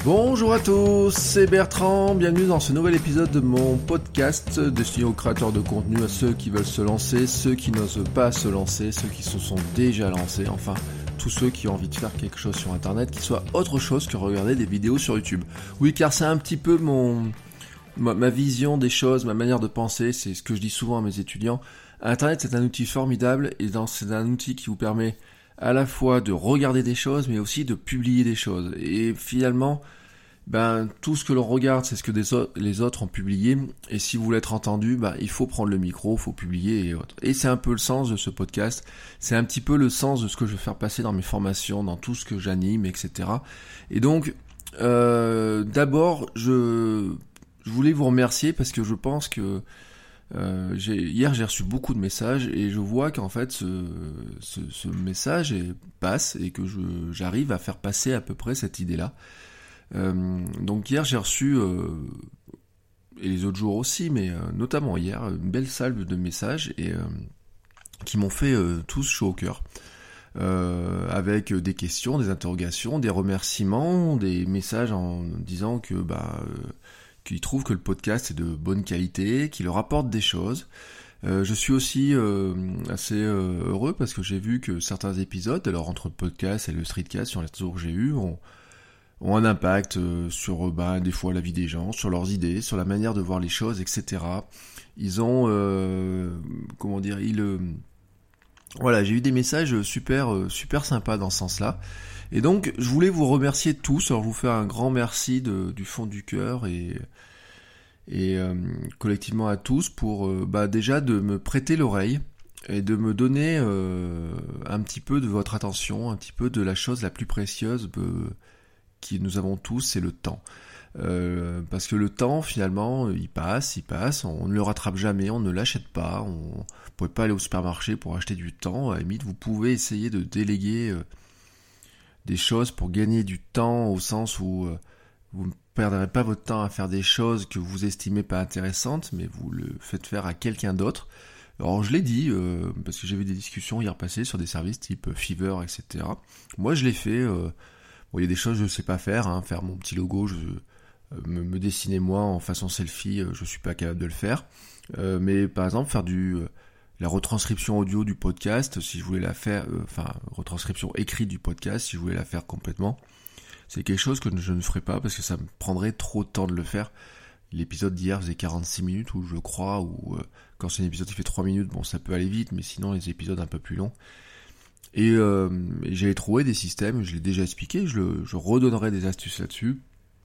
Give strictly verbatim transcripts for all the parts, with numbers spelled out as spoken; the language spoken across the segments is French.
Bonjour à tous, c'est Bertrand, bienvenue dans ce nouvel épisode de mon podcast destiné aux créateurs de contenu, à ceux qui veulent se lancer, ceux qui n'osent pas se lancer, ceux qui se sont déjà lancés, enfin tous ceux qui ont envie de faire quelque chose sur internet qui soit autre chose que regarder des vidéos sur YouTube. Oui, car c'est un petit peu mon ma, ma vision des choses, ma manière de penser, c'est ce que je dis souvent à mes étudiants. Internet, c'est un outil formidable et c'est un outil qui vous permet à la fois de regarder des choses, mais aussi de publier des choses. Et finalement, ben tout ce que l'on regarde, c'est ce que des o- les autres ont publié. Et si vous voulez être entendu, ben il faut prendre le micro, il faut publier et autres. Et c'est un peu le sens de ce podcast. C'est un petit peu le sens de ce que je veux faire passer dans mes formations, dans tout ce que j'anime, et cetera. Et donc, euh, d'abord, je, je voulais vous remercier parce que je pense que Euh, j'ai, hier j'ai reçu beaucoup de messages et je vois qu'en fait ce, ce, ce message est, passe et que je, j'arrive à faire passer à peu près cette idée-là. Euh, donc hier j'ai reçu, euh, et les autres jours aussi, mais euh, notamment hier, une belle salve de messages et euh, qui m'ont fait euh, tous chaud au cœur. Euh, avec des questions, des interrogations, des remerciements, des messages en disant que bah euh, qu'ils trouvent que le podcast est de bonne qualité, qu'il leur apporte des choses. Euh, je suis aussi euh, assez euh, heureux parce que j'ai vu que certains épisodes, alors entre le podcast et le streetcast sur les réseaux que j'ai eu, ont, ont un impact euh, sur bah, des fois la vie des gens, sur leurs idées, sur la manière de voir les choses, et cetera. Ils ont, euh, comment dire, ils... Euh, voilà, j'ai eu des messages super, euh, super sympas dans ce sens-là. Et donc, je voulais vous remercier tous, alors je vous faire un grand merci de, du fond du cœur et, et euh, collectivement à tous pour euh, bah, déjà de me prêter l'oreille et de me donner euh, un petit peu de votre attention, un petit peu de la chose la plus précieuse euh, que nous avons tous, c'est le temps. Euh, parce que le temps, finalement, il passe, il passe, on ne le rattrape jamais, on ne l'achète pas, on ne pouvez pas aller au supermarché pour acheter du temps, à la limite, vous pouvez essayer de déléguer euh, des choses pour gagner du temps au sens où euh, vous ne perdrez pas votre temps à faire des choses que vous estimez pas intéressantes, mais vous le faites faire à quelqu'un d'autre. Alors je l'ai dit, euh, parce que j'ai vu des discussions hier passées sur des services type Fiverr, et cetera. Moi je l'ai fait, euh, bon il y a des choses que je ne sais pas faire, hein, faire mon petit logo, je, euh, me, me dessiner moi en façon selfie, euh, je suis pas capable de le faire. Euh, mais par exemple faire du... Euh, la retranscription audio du podcast, si je voulais la faire, euh, enfin, retranscription écrite du podcast, si je voulais la faire complètement, c'est quelque chose que je ne ferais pas parce que ça me prendrait trop de temps de le faire. L'épisode d'hier faisait quarante-six minutes, ou je crois, ou euh, quand c'est un épisode qui fait trois minutes, bon, ça peut aller vite, mais sinon, les épisodes un peu plus longs. Et, euh, et j'avais trouvé des systèmes, je l'ai déjà expliqué, je, le, je redonnerai des astuces là-dessus,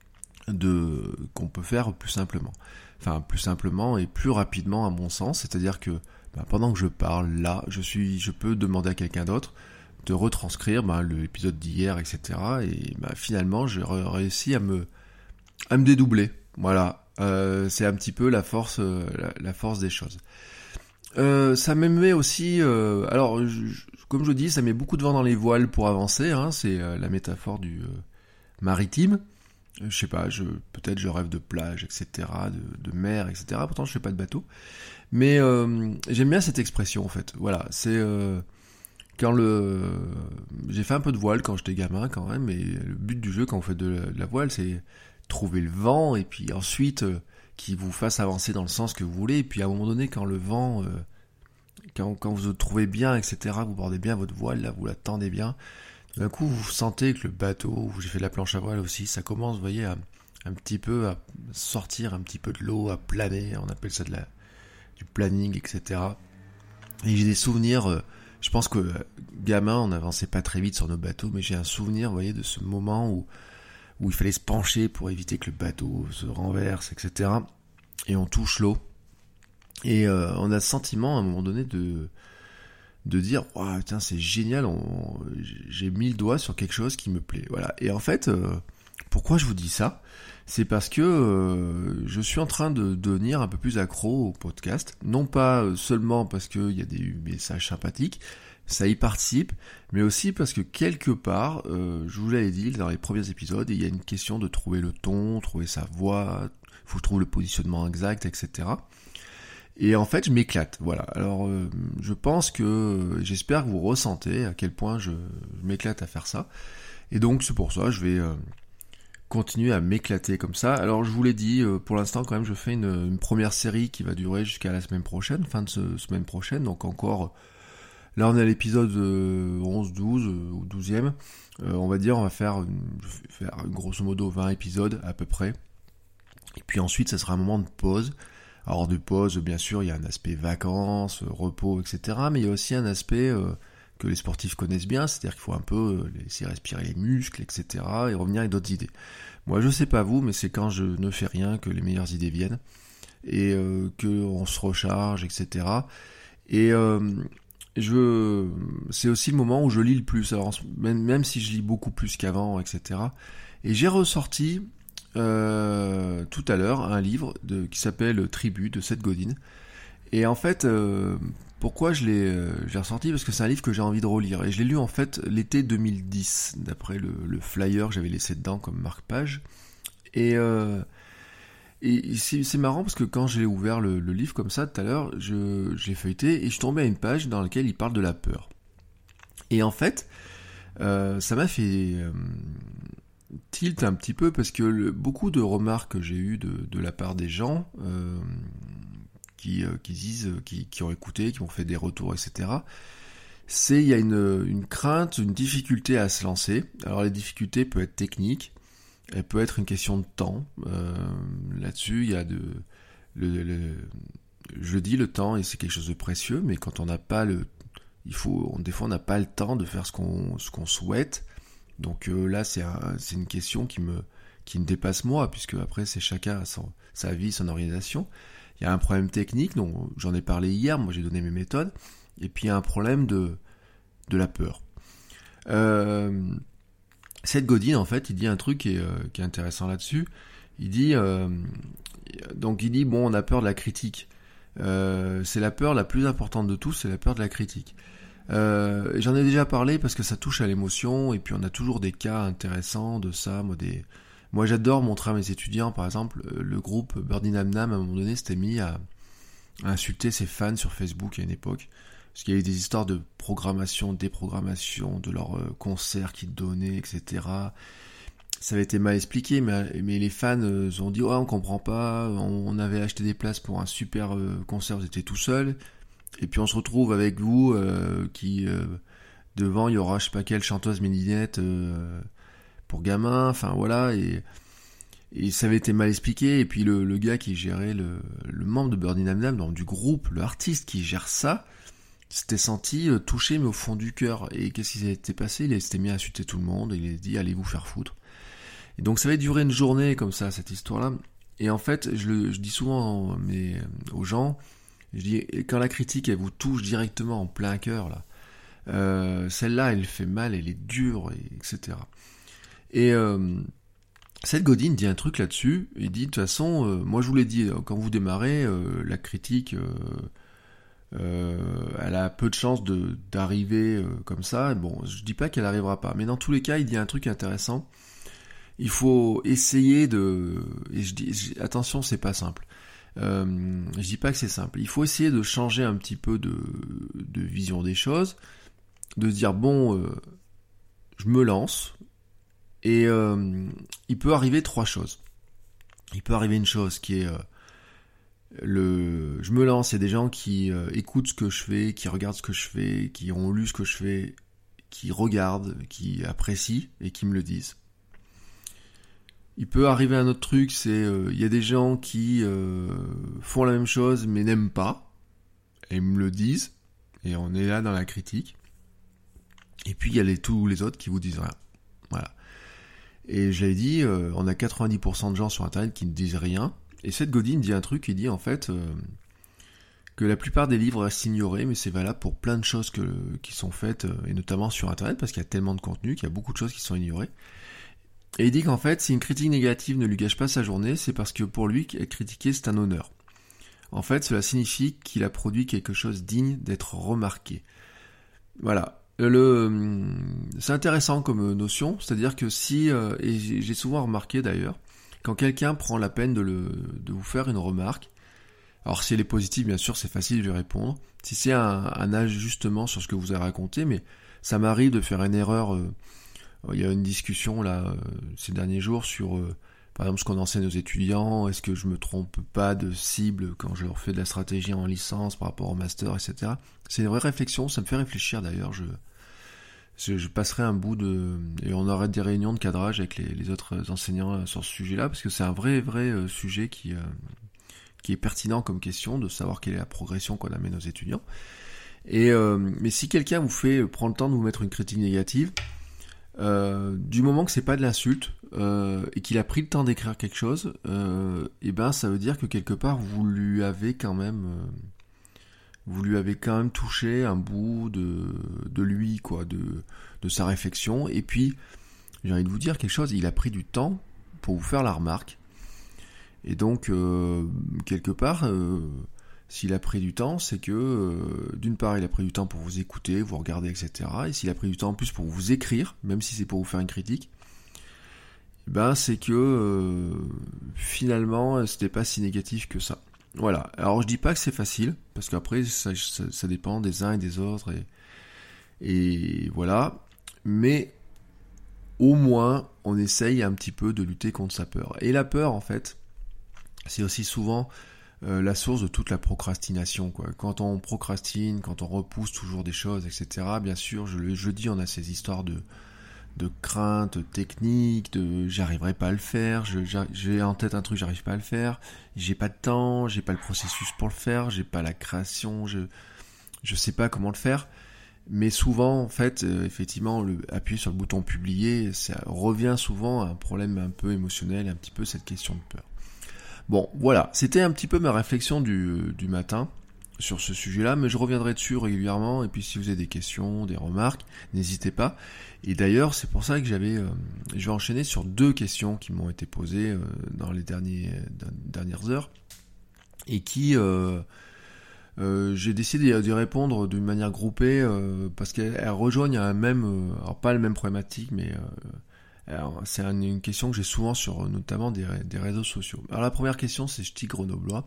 de qu'on peut faire plus simplement. Enfin, plus simplement et plus rapidement à mon sens, c'est-à-dire que bah, pendant que je parle, là, je suis, je peux demander à quelqu'un d'autre de retranscrire bah, l'épisode d'hier, et cetera. Et bah, finalement, j'ai réussi à me, à me dédoubler. Voilà, euh, c'est un petit peu la force, euh, la, la force des choses. Euh, ça me met aussi, euh, alors, je, je, comme je dis, ça met beaucoup de vent dans les voiles pour avancer. Hein, c'est euh, la métaphore du euh, maritime. Je sais pas, je, peut-être je rêve de plage, et cetera, de, de mer, et cetera. Pourtant, je fais pas de bateau. Mais euh, j'aime bien cette expression, en fait. Voilà, c'est euh, quand le... J'ai fait un peu de voile quand j'étais gamin, quand même, et le but du jeu, quand vous faites de la, de la voile, c'est trouver le vent, et puis ensuite, euh, qu'il vous fasse avancer dans le sens que vous voulez, et puis à un moment donné, quand le vent... Euh, quand, quand vous vous trouvez bien, et cetera, vous bordez bien votre voile, là, vous la tendez bien... D'un coup, vous sentez que le bateau, où j'ai fait de la planche à voile aussi, ça commence, vous voyez, à, un petit peu à sortir un petit peu de l'eau, à planer, on appelle ça de la, du planning, et cetera. Et j'ai des souvenirs, euh, je pense que gamin, on n'avançait pas très vite sur nos bateaux, mais j'ai un souvenir, vous voyez, de ce moment où, où il fallait se pencher pour éviter que le bateau se renverse, et cetera. Et on touche l'eau. Et euh, on a le sentiment, à un moment donné, de... de dire oh, putain c'est génial, on... j'ai mis le doigt sur quelque chose qui me plaît, voilà. Et en fait euh, pourquoi je vous dis ça, c'est parce que euh, je suis en train de devenir un peu plus accro au podcast, non pas seulement parce qu'il y a des messages sympathiques, ça y participe, mais aussi parce que quelque part euh, je vous l'avais dit dans les premiers épisodes, il y a une question de trouver le ton, trouver sa voix, faut trouver le positionnement exact, et cetera. Et en fait, je m'éclate, voilà. Alors, euh, je pense que, j'espère que vous ressentez à quel point je, je m'éclate à faire ça. Et donc, c'est pour ça, je vais, euh, continuer à m'éclater comme ça. Alors je vous l'ai dit, euh, pour l'instant quand même je fais une, une première série qui va durer jusqu'à la semaine prochaine, fin de ce, semaine prochaine, donc encore, là on est à l'épisode euh, onze douze euh, ou douzième, euh, on va dire on va faire, une, faire grosso modo vingt épisodes à peu près, et puis ensuite ça sera un moment de pause. Alors de pause, bien sûr, il y a un aspect vacances, repos, et cetera. Mais il y a aussi un aspect euh, que les sportifs connaissent bien, c'est-à-dire qu'il faut un peu laisser respirer les muscles, et cetera. Et revenir avec d'autres idées. Moi, je sais pas vous, mais c'est quand je ne fais rien que les meilleures idées viennent et euh, qu'on se recharge, et cetera. Et euh, je, c'est aussi le moment où je lis le plus. Alors même, même si je lis beaucoup plus qu'avant, et cetera. Et j'ai ressorti Euh, tout à l'heure un livre de, qui s'appelle Tribu de Seth Godin, et en fait euh, pourquoi je l'ai, euh, je l'ai ressorti, parce que c'est un livre que j'ai envie de relire, et je l'ai lu en fait l'été deux mille dix d'après le, le flyer que j'avais laissé dedans comme marque-page, et, euh, et c'est, c'est marrant parce que quand j'ai ouvert le, le livre comme ça tout à l'heure, je, je l'ai feuilleté et je suis tombé à une page dans laquelle il parle de la peur, et en fait euh, ça m'a fait euh, tilt un petit peu, parce que le, beaucoup de remarques que j'ai eues de, de la part des gens euh, qui, euh, qui disent, qui, qui ont écouté, qui ont fait des retours, et cetera, c'est il y a une, une crainte, une difficulté à se lancer. Alors les difficultés peuvent être techniques, elles peuvent être une question de temps. Euh, là-dessus, il y a de, le, le, je dis le temps, et c'est quelque chose de précieux, mais quand on n'a pas le, il faut, on, des fois on n'a pas le temps de faire ce qu'on, ce qu'on souhaite. Donc euh, là, c'est, un, c'est une question qui me, qui me dépasse moi, puisque après, c'est chacun a son, sa vie, son organisation. Il y a un problème technique, donc j'en ai parlé hier, moi j'ai donné mes méthodes, et puis il y a un problème de, de la peur. Euh, Seth Godin, en fait, il dit un truc qui est, euh, qui est intéressant là-dessus. Il dit, euh, donc il dit, bon, on a peur de la critique. Euh, c'est la peur la plus importante de tous, c'est la peur de la critique. Euh, j'en ai déjà parlé parce que ça touche à l'émotion, et puis on a toujours des cas intéressants de ça. Moi, des... moi j'adore montrer à mes étudiants, par exemple, le groupe Birdie Nam Nam à un moment donné s'était mis à, à insulter ses fans sur Facebook à une époque, parce qu'il y avait des histoires de programmation, déprogrammation, de leurs euh, concerts qu'ils donnaient, et cetera. Ça avait été mal expliqué, mais, mais les fans euh, ont dit « Ouais, on comprend pas, on, on avait acheté des places pour un super euh, concert, vous étiez tout seul. » Et puis on se retrouve avec vous, euh, qui euh, devant il y aura je sais pas quelle chanteuse midinette euh, pour gamins, enfin voilà, et, et ça avait été mal expliqué, et puis le, le gars qui gérait, le, le membre de Birdie Nam Nam, donc du groupe, le artiste qui gère ça, s'était senti euh, touché mais au fond du cœur, et qu'est-ce qui s'était passé? Il s'était mis à insulter tout le monde, et il a dit allez vous faire foutre. Et donc ça avait duré une journée comme ça, cette histoire-là, et en fait je, le, je dis souvent mais, aux gens, je dis, quand la critique, elle vous touche directement en plein cœur, là, euh, celle-là, elle fait mal, elle est dure, et, etc. Et euh, Seth Godin dit un truc là-dessus, il dit, de toute façon, euh, moi je vous l'ai dit, quand vous démarrez, euh, la critique, euh, euh, elle a peu de chances de, d'arriver euh, comme ça. Bon, je dis pas qu'elle arrivera pas, mais dans tous les cas, il dit un truc intéressant. Il faut essayer de... Et je dis, je, attention, c'est pas simple. Euh, je dis pas que c'est simple. Il faut essayer de changer un petit peu de, de vision des choses, de se dire bon, euh, je me lance, et euh, il peut arriver trois choses. Il peut arriver une chose qui est euh, le, je me lance. Il y a des gens qui euh, écoutent ce que je fais, qui regardent ce que je fais, qui ont lu ce que je fais, qui regardent, qui apprécient et qui me le disent. Il peut arriver un autre truc, c'est euh, il y a des gens qui euh, font la même chose mais n'aiment pas, et me le disent, et on est là dans la critique. Et puis il y a les, tous les autres qui vous disent rien. Voilà. Et j'avais dit, euh, on a quatre-vingt-dix pour cent de gens sur internet qui ne disent rien, et Seth Godin dit un truc, il dit en fait euh, que la plupart des livres restent ignorés, mais c'est valable pour plein de choses que, qui sont faites, euh, et notamment sur internet, parce qu'il y a tellement de contenu qu'il y a beaucoup de choses qui sont ignorées. Et il dit qu'en fait, si une critique négative ne lui gâche pas sa journée, c'est parce que pour lui, être critiqué, c'est un honneur. En fait, cela signifie qu'il a produit quelque chose digne d'être remarqué. Voilà. Le, c'est intéressant comme notion, c'est-à-dire que si, euh, et j'ai souvent remarqué d'ailleurs, quand quelqu'un prend la peine de, le, de vous faire une remarque, alors si elle est positive, bien sûr, c'est facile de lui répondre. Si c'est un, un ajustement sur ce que vous avez raconté, mais ça m'arrive de faire une erreur... Euh, il y a une discussion là euh, ces derniers jours sur euh, par exemple ce qu'on enseigne aux étudiants, est-ce que je me trompe pas de cible quand je leur fais de la stratégie en licence par rapport au master, et cetera. C'est une vraie réflexion, ça me fait réfléchir d'ailleurs, je, je, je passerai un bout de... et on aura des réunions de cadrage avec les, les autres enseignants sur ce sujet-là, parce que c'est un vrai, vrai euh, sujet qui, euh, qui est pertinent comme question, de savoir quelle est la progression qu'on amène aux étudiants. Et euh, mais si quelqu'un vous fait prendre le temps de vous mettre une critique négative, euh, du moment que c'est pas de l'insulte euh, et qu'il a pris le temps d'écrire quelque chose, euh, et ben ça veut dire que quelque part vous lui avez quand même, euh, vous lui avez quand même touché un bout de de lui quoi, de de sa réflexion. Et puis j'ai envie de vous dire quelque chose, il a pris du temps pour vous faire la remarque. Et donc euh, quelque part. Euh, S'il a pris du temps, c'est que, euh, d'une part, il a pris du temps pour vous écouter, vous regarder, et cetera. Et s'il a pris du temps en plus pour vous écrire, même si c'est pour vous faire une critique, ben c'est que, euh, finalement, c'était pas si négatif que ça. Voilà. Alors, je dis pas que c'est facile, parce qu'après, ça, ça, ça dépend des uns et des autres, et, et voilà. Mais, au moins, on essaye un petit peu de lutter contre sa peur. Et la peur, en fait, c'est aussi souvent... Euh, la source de toute la procrastination, quoi. Quand on procrastine, quand on repousse toujours des choses, et cetera. Bien sûr, je le je dis, on a ces histoires de de craintes techniques, de j'arriverai pas à le faire, je, j'ai en tête un truc, j'arrive pas à le faire, j'ai pas de temps, j'ai pas le processus pour le faire, j'ai pas la création, je je sais pas comment le faire. Mais souvent, en fait, euh, effectivement, le, appuyer sur le bouton publier, ça revient souvent à un problème un peu émotionnel, un petit peu cette question de peur. Bon, voilà, c'était un petit peu ma réflexion du, du matin sur ce sujet-là, mais je reviendrai dessus régulièrement, et puis si vous avez des questions, des remarques, n'hésitez pas. Et d'ailleurs, c'est pour ça que j'avais, euh, je vais enchaîner sur deux questions qui m'ont été posées euh, dans les derniers, dernières heures, et qui, euh, euh, j'ai décidé d'y répondre d'une manière groupée, euh, parce qu'elles rejoignent un même, euh, alors pas la même problématique, mais... Euh, Alors, c'est une question que j'ai souvent sur notamment des, des réseaux sociaux. Alors la première question, c'est Ch'ti Grenoblois,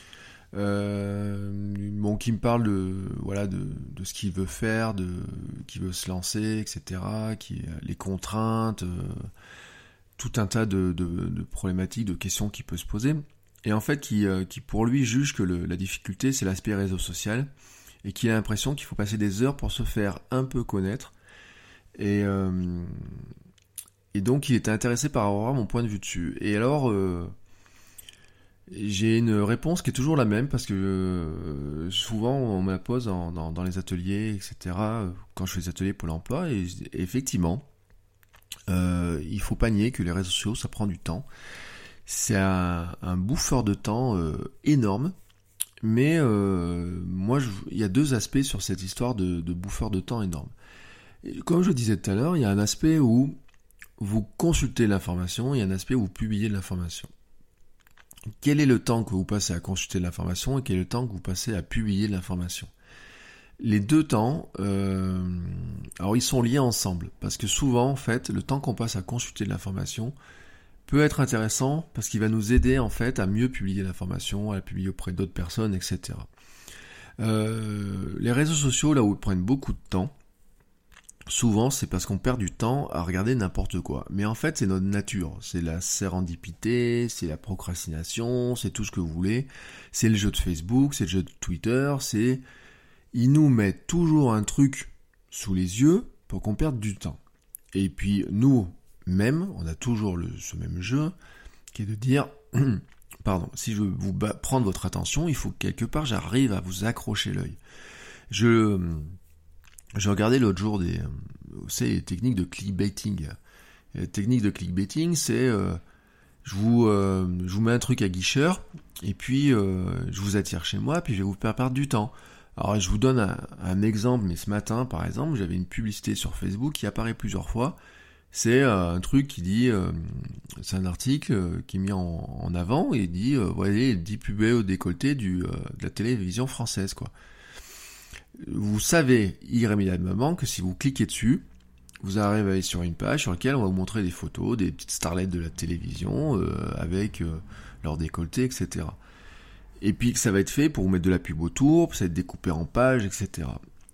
euh, bon, qui me parle de voilà de, de ce qu'il veut faire, de qui veut se lancer, et cetera. Qui les contraintes, euh, tout un tas de, de, de problématiques, de questions qui peut se poser. Et en fait, qui, euh, qui pour lui juge que le, la difficulté, c'est l'aspect réseau social, et qu'il a l'impression qu'il faut passer des heures pour se faire un peu connaître. Et euh, Et donc, il était intéressé par avoir mon point de vue dessus. Et alors, euh, j'ai une réponse qui est toujours la même, parce que euh, souvent, on me la pose en, dans, dans les ateliers, et cetera, quand je fais des ateliers Pôle emploi, et, et effectivement, euh, il faut pas nier que les réseaux sociaux, ça prend du temps. C'est un, un bouffeur de temps euh, énorme, mais euh, moi, je, il y a deux aspects sur cette histoire de, de bouffeur de temps énorme. Et comme je disais tout à l'heure, il y a un aspect où vous consultez l'information, il y a un aspect où vous publiez de l'information. Quel est le temps que vous passez à consulter de l'information et quel est le temps que vous passez à publier de l'information ? Les deux temps, euh, alors ils sont liés ensemble, parce que souvent, en fait, le temps qu'on passe à consulter de l'information peut être intéressant parce qu'il va nous aider, en fait, à mieux publier l'information, à la publier auprès d'autres personnes, et cetera. Euh, les réseaux sociaux, là où ils prennent beaucoup de temps, souvent, c'est parce qu'on perd du temps à regarder n'importe quoi. Mais en fait, c'est notre nature. C'est la sérendipité, c'est la procrastination, c'est tout ce que vous voulez. C'est le jeu de Facebook, c'est le jeu de Twitter, c'est... Ils nous mettent toujours un truc sous les yeux pour qu'on perde du temps. Et puis, nous-mêmes, on a toujours le, ce même jeu, qui est de dire... Pardon, si je veux vous ba- prendre votre attention, il faut que quelque part, j'arrive à vous accrocher l'œil. Je... J'ai regardé l'autre jour des, vous savez, les techniques de clickbaiting. Les techniques de clickbaiting, c'est, euh, je vous, euh, je vous mets un truc à guicheur, et puis euh, je vous attire chez moi, puis je vais vous faire perdre du temps. Alors je vous donne un, un exemple, mais ce matin, par exemple, j'avais une publicité sur Facebook qui apparaît plusieurs fois. C'est euh, un truc qui dit, euh, c'est un article euh, qui est mis en, en avant, et il dit, euh, voyez, dix pubs au décolleté du, euh, de la télévision française, quoi. Vous savez irrémédiablement que si vous cliquez dessus, vous arrivez sur une page sur laquelle on va vous montrer des photos, des petites starlettes de la télévision, euh, avec euh, leur décolleté, et cetera. Et puis que ça va être fait pour vous mettre de la pub autour, ça va être découpé en pages, et cetera.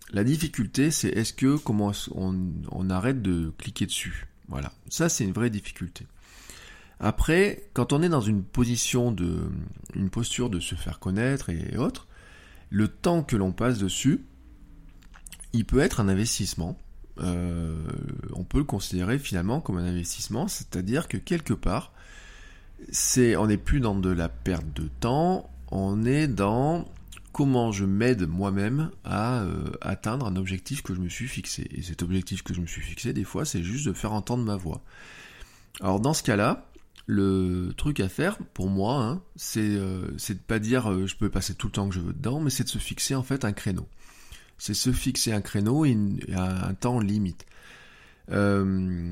La difficulté, c'est est-ce que comment on, on arrête de cliquer dessus. Voilà, ça c'est une vraie difficulté. Après, quand on est dans une position de, une posture de se faire connaître et autres, le temps que l'on passe dessus, il peut être un investissement. Euh, on peut le considérer finalement comme un investissement, c'est-à-dire que quelque part, c'est, on n'est plus dans de la perte de temps, on est dans comment je m'aide moi-même à euh, atteindre un objectif que je me suis fixé. Et cet objectif que je me suis fixé, des fois, c'est juste de faire entendre ma voix. Alors dans ce cas-là, le truc à faire, pour moi, hein, c'est, euh, c'est de pas dire euh, je peux passer tout le temps que je veux dedans, mais c'est de se fixer en fait un créneau. C'est se fixer un créneau et, une, et un temps limite. Euh,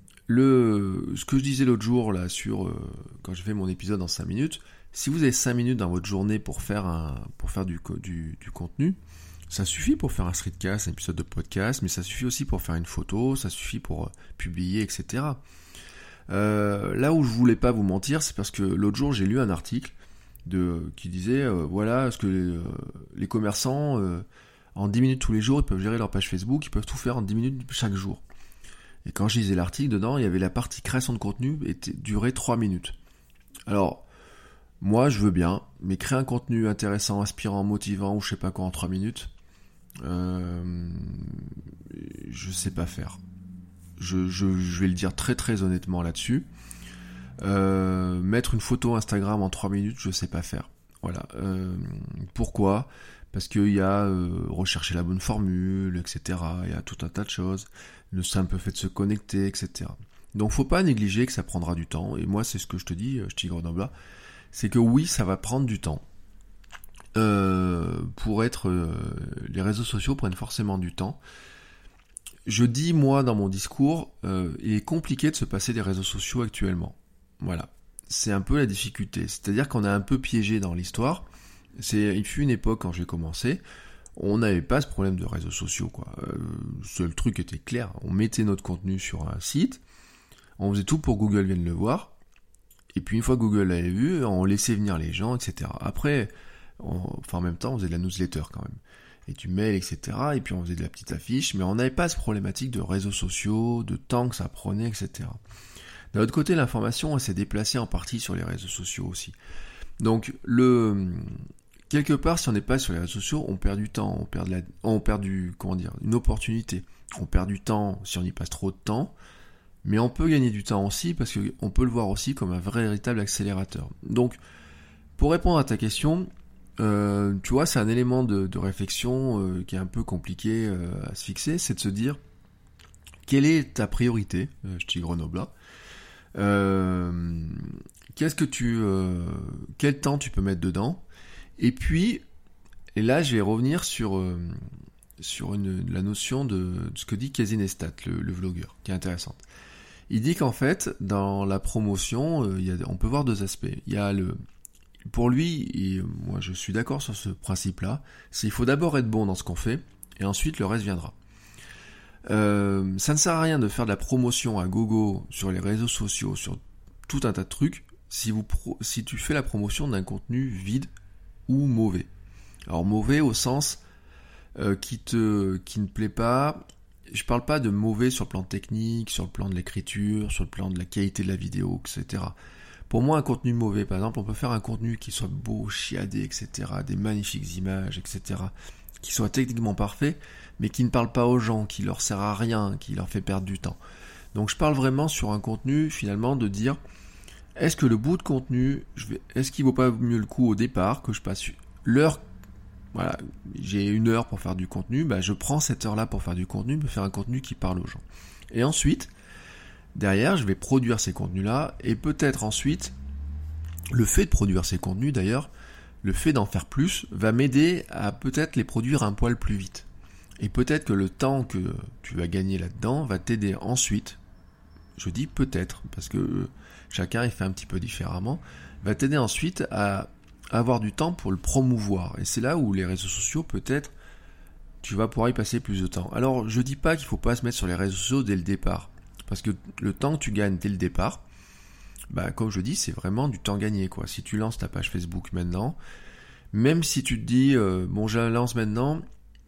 le, ce que je disais l'autre jour là sur euh, quand j'ai fait mon épisode en cinq minutes, si vous avez cinq minutes dans votre journée pour faire un pour faire du, du, du contenu, ça suffit pour faire un streetcast, un épisode de podcast, mais ça suffit aussi pour faire une photo, ça suffit pour euh, publier, et cetera. Euh, là où je voulais pas vous mentir, c'est parce que l'autre jour j'ai lu un article de qui disait euh, voilà ce que les, euh, les commerçants euh, en dix minutes tous les jours, ils peuvent gérer leur page Facebook, ils peuvent tout faire en dix minutes chaque jour. Et quand je lisais l'article, dedans, il y avait la partie création de contenu, était durait trois minutes. Alors, moi, je veux bien, mais créer un contenu intéressant, inspirant, motivant, ou je sais pas quoi en trois minutes, euh, je sais pas faire. Je, je, je vais le dire très très honnêtement là-dessus. Euh, mettre une photo Instagram en trois minutes, je sais pas faire. Voilà. Euh, pourquoi ? Parce qu'il y a euh, rechercher la bonne formule, et cetera. Il y a tout un tas de choses. Le simple fait de se connecter, et cetera. Donc faut pas négliger que ça prendra du temps. Et moi, c'est ce que je te dis, je t'y Grenoble, c'est que oui, ça va prendre du temps. Euh, pour être... Euh, les réseaux sociaux prennent forcément du temps. Je dis, moi, dans mon discours, euh, il est compliqué de se passer des réseaux sociaux actuellement. Voilà. C'est un peu la difficulté. C'est-à-dire qu'on est un peu piégé dans l'histoire. C'est, il fut une époque, quand j'ai commencé, on n'avait pas ce problème de réseaux sociaux, quoi. Euh, seul truc était clair. On mettait notre contenu sur un site, on faisait tout pour que Google vienne le voir, et puis une fois que Google l'avait vu, on laissait venir les gens, et cetera. Après, on, enfin en même temps, on faisait de la newsletter quand même. Et du mail, et cetera. Et puis on faisait de la petite affiche, mais on n'avait pas ce problématique de réseaux sociaux, de temps que ça prenait, et cetera. D'un autre côté, l'information, elle s'est déplacée en partie sur les réseaux sociaux aussi. Donc, le, quelque part, si on n'est pas sur les réseaux sociaux, on perd du temps, on perd de la, on perd du, comment dire, une opportunité. On perd du temps si on y passe trop de temps, mais on peut gagner du temps aussi parce qu'on peut le voir aussi comme un vrai, véritable accélérateur. Donc, pour répondre à ta question, euh, tu vois, c'est un élément de, de réflexion euh, qui est un peu compliqué euh, à se fixer, c'est de se dire quelle est ta priorité, euh, je dis Grenoble, euh, qu'est-ce que tu, euh, quel temps tu peux mettre dedans, et puis, et là, je vais revenir sur euh, sur une, la notion de, de ce que dit Casey Neistat, le, le vlogueur, qui est intéressante. Il dit qu'en fait, dans la promotion, euh, il y a, on peut voir deux aspects. Il y a le, pour lui, et moi je suis d'accord sur ce principe-là, c'est qu'il faut d'abord être bon dans ce qu'on fait, et ensuite le reste viendra. Euh, ça ne sert à rien de faire de la promotion à gogo sur les réseaux sociaux, sur tout un tas de trucs, si, vous pro, si tu fais la promotion d'un contenu vide ou mauvais. Alors mauvais au sens euh, qui te qui ne plaît pas. Je parle pas de mauvais sur le plan technique, sur le plan de l'écriture, sur le plan de la qualité de la vidéo, et cetera. Pour moi, un contenu mauvais, par exemple, on peut faire un contenu qui soit beau, chiadé, et cetera, des magnifiques images, et cetera, qui soit techniquement parfait, mais qui ne parle pas aux gens, qui leur sert à rien, qui leur fait perdre du temps. Donc je parle vraiment sur un contenu, finalement, de dire, est-ce que le bout de contenu, je vais, est-ce qu'il vaut pas mieux le coup au départ que je passe l'heure, voilà, j'ai une heure pour faire du contenu, bah je prends cette heure-là pour faire du contenu, pour faire un contenu qui parle aux gens. Et ensuite, derrière, je vais produire ces contenus-là, et peut-être ensuite, le fait de produire ces contenus, d'ailleurs, le fait d'en faire plus, va m'aider à peut-être les produire un poil plus vite. Et peut-être que le temps que tu vas gagner là-dedans va t'aider ensuite, je dis peut-être, parce que chacun il fait un petit peu différemment, va t'aider ensuite à avoir du temps pour le promouvoir. Et c'est là où les réseaux sociaux, peut-être, tu vas pouvoir y passer plus de temps. Alors, je dis pas qu'il faut pas se mettre sur les réseaux sociaux dès le départ. Parce que le temps que tu gagnes dès le départ, bah, comme je dis, c'est vraiment du temps gagné, quoi. Si tu lances ta page Facebook maintenant, même si tu te dis, euh, bon, je la lance maintenant,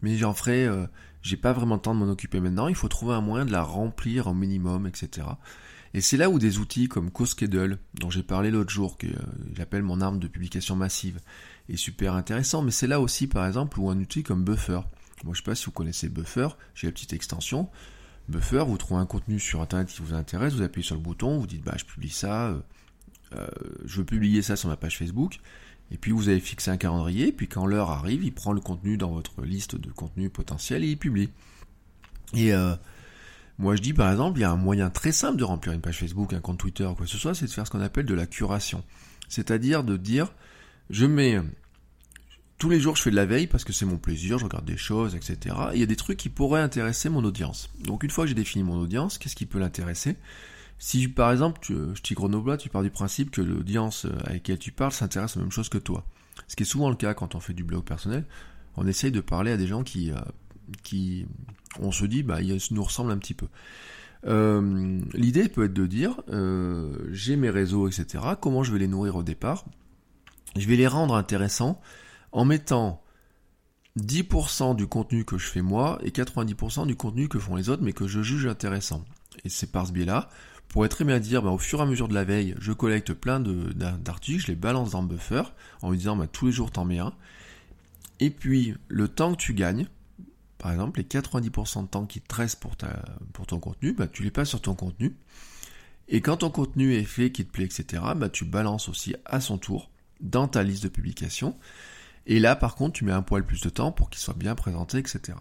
mais j'en ferai, euh, j'ai pas vraiment le temps de m'en occuper maintenant, il faut trouver un moyen de la remplir au minimum, et cetera. Et c'est là où des outils comme CoSchedule, dont j'ai parlé l'autre jour, que euh, j'appelle mon arme de publication massive, est super intéressant, mais c'est là aussi par exemple où un outil comme Buffer. Moi je sais pas si vous connaissez Buffer, j'ai la petite extension. Buffer, vous trouvez un contenu sur internet qui vous intéresse, vous appuyez sur le bouton, vous dites bah je publie ça, euh, euh, je veux publier ça sur ma page Facebook, et puis vous avez fixé un calendrier, puis quand l'heure arrive, il prend le contenu dans votre liste de contenus potentiels et il publie. Et euh, moi je dis par exemple, il y a un moyen très simple de remplir une page Facebook, un compte Twitter, quoi que ce soit, c'est de faire ce qu'on appelle de la curation. C'est-à-dire de dire, je mets... Tous les jours, je fais de la veille parce que c'est mon plaisir, je regarde des choses, et cetera. Et il y a des trucs qui pourraient intéresser mon audience. Donc une fois que j'ai défini mon audience, qu'est-ce qui peut l'intéresser ? Si par exemple, tu, je t'y grenoblois, tu pars du principe que l'audience avec laquelle tu parles s'intéresse aux mêmes choses que toi. Ce qui est souvent le cas quand on fait du blog personnel, on essaye de parler à des gens qui, euh, qui on se dit, bah, ils nous ressemblent un petit peu. Euh, l'idée peut être de dire, euh, j'ai mes réseaux, et cetera. Comment je vais les nourrir au départ ? Je vais les rendre intéressants en mettant dix pour cent du contenu que je fais moi et quatre-vingt-dix pour cent du contenu que font les autres mais que je juge intéressant. Et c'est par ce biais-là, on pourrait très bien dire, bah, au fur et à mesure de la veille, je collecte plein de, d'articles, je les balance dans Buffer, en lui disant, bah, tous les jours t'en mets un. Et puis, le temps que tu gagnes, par exemple, les quatre-vingt-dix pour cent de temps qui te reste pour, ta, pour ton contenu, bah, tu les passes sur ton contenu. Et quand ton contenu est fait, qui te plaît, et cetera, bah, tu balances aussi à son tour dans ta liste de publication. Et là, par contre, tu mets un poil plus de temps pour qu'il soit bien présenté, et cetera.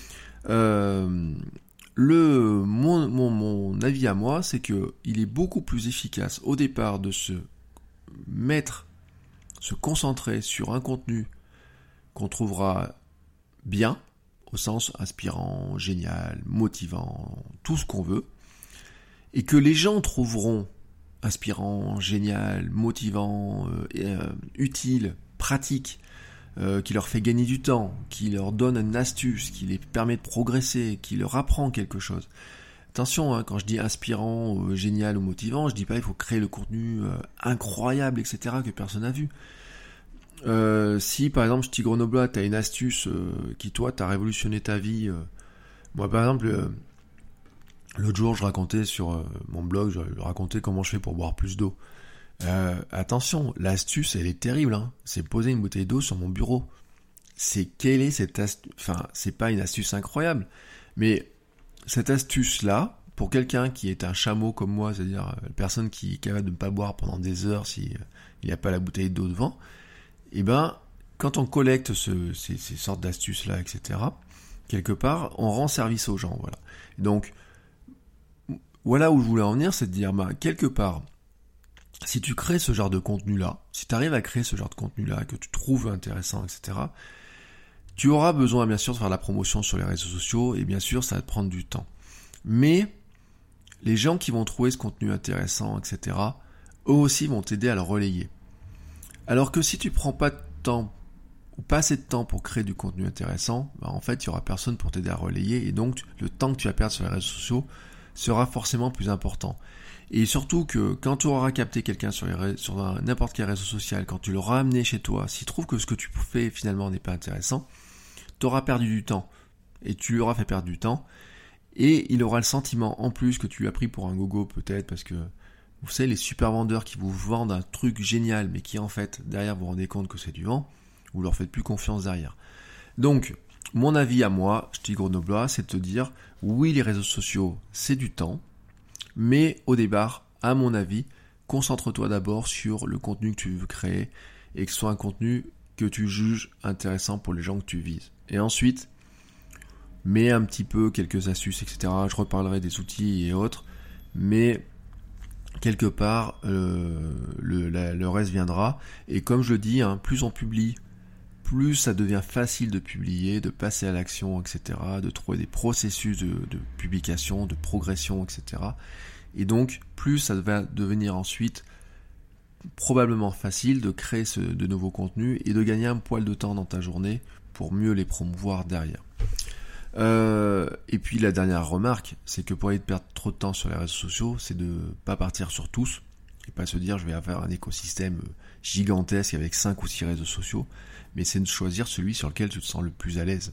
Euh, le, mon, mon, mon avis à moi, c'est que il est beaucoup plus efficace au départ de se mettre, se concentrer sur un contenu qu'on trouvera bien, au sens inspirant, génial, motivant, tout ce qu'on veut, et que les gens trouveront inspirant, génial, motivant, euh, euh, utile, pratique, Euh, qui leur fait gagner du temps, qui leur donne une astuce, qui les permet de progresser, qui leur apprend quelque chose. Attention, hein, quand je dis inspirant, euh, génial ou motivant, je dis pas il faut créer le contenu euh, incroyable, et cetera que personne n'a vu. Euh, si par exemple, je t'y grenoblois, t'as une astuce euh, qui toi t'as révolutionné ta vie. Euh, moi par exemple, euh, l'autre jour je racontais sur euh, mon blog, je racontais comment je fais pour boire plus d'eau. Euh, attention, l'astuce elle est terrible, hein. C'est poser une bouteille d'eau sur mon bureau. C'est quelle est cette astuce, enfin c'est pas une astuce incroyable, mais cette astuce là, pour quelqu'un qui est un chameau comme moi, c'est-à-dire une personne qui est capable de ne pas boire pendant des heures si euh, il n'y a pas la bouteille d'eau devant, et ben quand on collecte ce, ces, ces sortes d'astuces là, et cetera, quelque part on rend service aux gens, voilà. Donc voilà où je voulais en venir, c'est de dire bah quelque part, si tu crées ce genre de contenu-là, si tu arrives à créer ce genre de contenu-là, que tu trouves intéressant, et cetera, tu auras besoin bien sûr de faire de la promotion sur les réseaux sociaux, et bien sûr ça va te prendre du temps. Mais les gens qui vont trouver ce contenu intéressant, et cetera, eux aussi vont t'aider à le relayer. Alors que si tu prends pas de temps, ou pas assez de temps pour créer du contenu intéressant, bah en fait il y aura personne pour t'aider à relayer, et donc le temps que tu vas perdre sur les réseaux sociaux sera forcément plus important. Et surtout que quand tu auras capté quelqu'un sur, les, sur un, n'importe quel réseau social, quand tu l'auras amené chez toi, s'il trouve que ce que tu fais finalement n'est pas intéressant, tu auras perdu du temps. Et tu lui auras fait perdre du temps. Et il aura le sentiment en plus que tu lui as pris pour un gogo peut-être, parce que vous savez les super vendeurs qui vous vendent un truc génial, mais qui en fait derrière vous vous rendez compte que c'est du vent, vous leur faites plus confiance derrière. Donc, mon avis à moi, je te dis grenoblois, c'est de te dire, oui les réseaux sociaux c'est du temps, mais au départ, à mon avis, concentre-toi d'abord sur le contenu que tu veux créer et que ce soit un contenu que tu juges intéressant pour les gens que tu vises. Et ensuite, mets un petit peu quelques astuces, et cetera. Je reparlerai des outils et autres, mais quelque part, euh, le, la, le reste viendra. Et comme je le dis, hein, plus on publie, plus ça devient facile de publier, de passer à l'action, et cetera, de trouver des processus de, de publication, de progression, et cetera. Et donc, plus ça va devenir ensuite probablement facile de créer ce, de nouveaux contenus et de gagner un poil de temps dans ta journée pour mieux les promouvoir derrière. Euh, et puis la dernière remarque, c'est que pour éviter de perdre trop de temps sur les réseaux sociaux, c'est de pas partir sur tous et pas se dire je vais faire un écosystème gigantesque avec cinq ou six réseaux sociaux, mais c'est de choisir celui sur lequel tu te sens le plus à l'aise.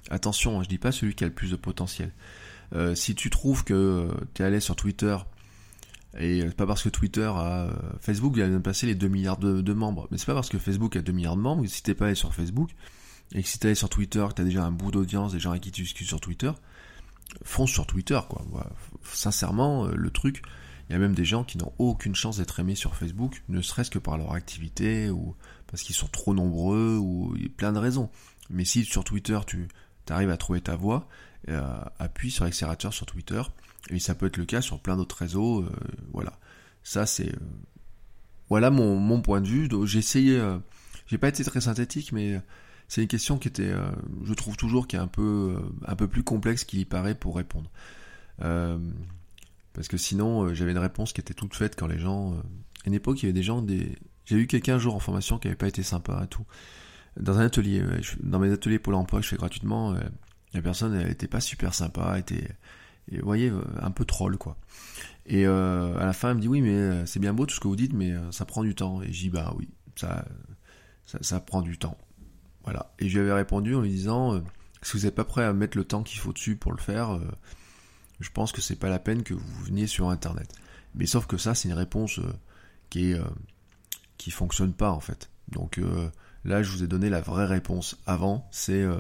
Attention, je dis pas celui qui a le plus de potentiel. Euh, si tu trouves que tu es allé sur Twitter, et c'est pas parce que Twitter a... Facebook vient de passer les deux milliards de, de membres, mais c'est pas parce que Facebook a deux milliards de membres, que si t'es pas allé sur Facebook, et que si t'es allé sur Twitter, que t'as déjà un bout d'audience, des gens avec qui tu discutes sur Twitter, fonce sur Twitter, quoi. Voilà. Sincèrement, le truc, il y a même des gens qui n'ont aucune chance d'être aimés sur Facebook, ne serait-ce que par leur activité, ou parce qu'ils sont trop nombreux, ou il y a plein de raisons. Mais si sur Twitter, tu arrives à trouver ta voie, euh, appuie sur l'accélérateur sur Twitter, et ça peut être le cas sur plein d'autres réseaux, euh, voilà. Ça, c'est... Euh, voilà mon, mon point de vue. Donc, j'ai essayé... Euh, j'ai pas été très synthétique, mais c'est une question qui était... Euh, je trouve toujours qui est un peu, euh, un peu plus complexe qu'il y paraît pour répondre. Euh, parce que sinon, euh, j'avais une réponse qui était toute faite quand les gens... Euh, à une époque, il y avait des gens... des J'ai eu quelqu'un un jour en formation qui avait pas été sympa et tout. Dans un atelier, ouais, je, dans mes ateliers Pôle emploi que je fais gratuitement, euh, la personne, elle était pas super sympa, était... Et vous voyez, un peu troll, quoi. Et euh, à la fin, elle me dit, oui, mais c'est bien beau tout ce que vous dites, mais ça prend du temps. Et je dis, bah oui, ça, ça, ça prend du temps. Voilà. Et je lui avais répondu en lui disant, euh, si vous n'êtes pas prêt à mettre le temps qu'il faut dessus pour le faire, euh, je pense que c'est pas la peine que vous veniez sur Internet. Mais sauf que ça, c'est une réponse euh, qui est, euh, qui fonctionne pas, en fait. Donc euh, là, je vous ai donné la vraie réponse avant, c'est euh,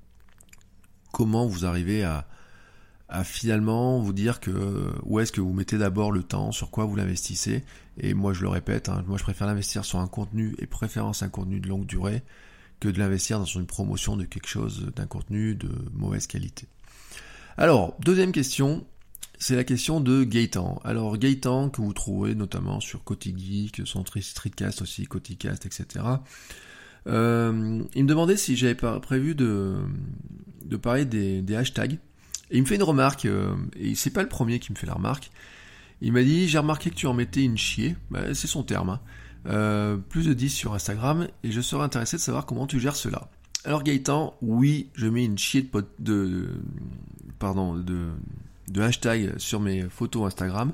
comment vous arrivez à à finalement vous dire que où est-ce que vous mettez d'abord le temps, sur quoi vous l'investissez, et moi je le répète, hein, moi je préfère l'investir sur un contenu, et préférence un contenu de longue durée, que de l'investir dans une promotion de quelque chose, d'un contenu de mauvaise qualité. Alors, deuxième question, c'est la question de Gaëtan. Alors Gaëtan, que vous trouvez notamment sur Cotigeek, son Streetcast aussi, Coticast, et cetera. Euh, il me demandait si j'avais pas prévu de, de parler des, des hashtags. Et il me fait une remarque, euh, et c'est pas le premier qui me fait la remarque. Il m'a dit, j'ai remarqué que tu en mettais une chier, bah, c'est son terme, hein. euh, plus de dix sur Instagram, et je serais intéressé de savoir comment tu gères cela. Alors Gaëtan, oui, je mets une chier de, pot- de, de pardon, de, de hashtag sur mes photos Instagram.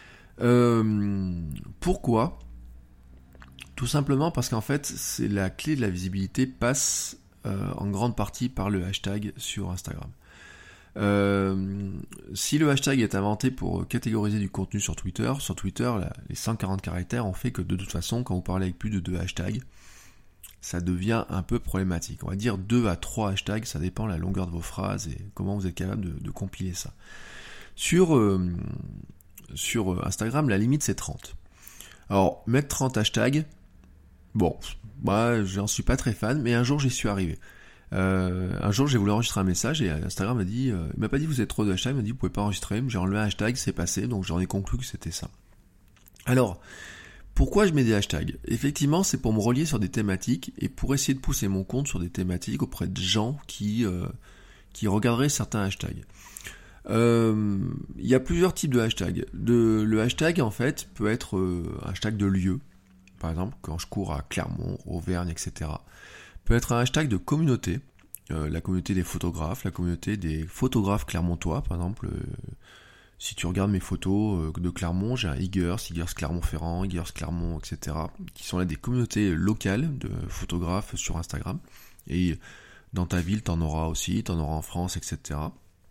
Euh, pourquoi ? Tout simplement parce qu'en fait, c'est la clé de la visibilité passe euh, en grande partie par le hashtag sur Instagram. Euh, si le hashtag est inventé pour catégoriser du contenu sur Twitter, sur Twitter, là, les cent quarante caractères ont fait que de toute façon, quand vous parlez avec plus de deux hashtags, ça devient un peu problématique. On va dire deux à trois hashtags, ça dépend de la longueur de vos phrases et comment vous êtes capable de, de compiler ça. Sur, euh, sur Instagram, la limite c'est trente. Alors, mettre trente hashtags, bon, moi j'en suis pas très fan, mais un jour j'y suis arrivé. Euh, un jour j'ai voulu enregistrer un message et Instagram m'a dit, euh, il m'a pas dit vous êtes trop de hashtags, il m'a dit vous pouvez pas enregistrer, j'ai enlevé un hashtag, c'est passé, donc j'en ai conclu que c'était ça. Alors, pourquoi je mets des hashtags ? Effectivement, c'est pour me relier sur des thématiques et pour essayer de pousser mon compte sur des thématiques auprès de gens qui, euh, qui regarderaient certains hashtags. Euh, il y a plusieurs types de hashtags. De, le hashtag en fait peut être euh, un hashtag de lieu, par exemple quand je cours à Clermont, Auvergne, et cetera. Peut être un hashtag de communauté, euh, la communauté des photographes, la communauté des photographes clermontois, par exemple. Euh, si tu regardes mes photos euh, de Clermont, j'ai un Igers, Igers Clermont-Ferrand, Igers Clermont, et cetera, qui sont là des communautés locales de photographes sur Instagram. Et dans ta ville, t'en auras aussi, t'en auras en France, et cetera.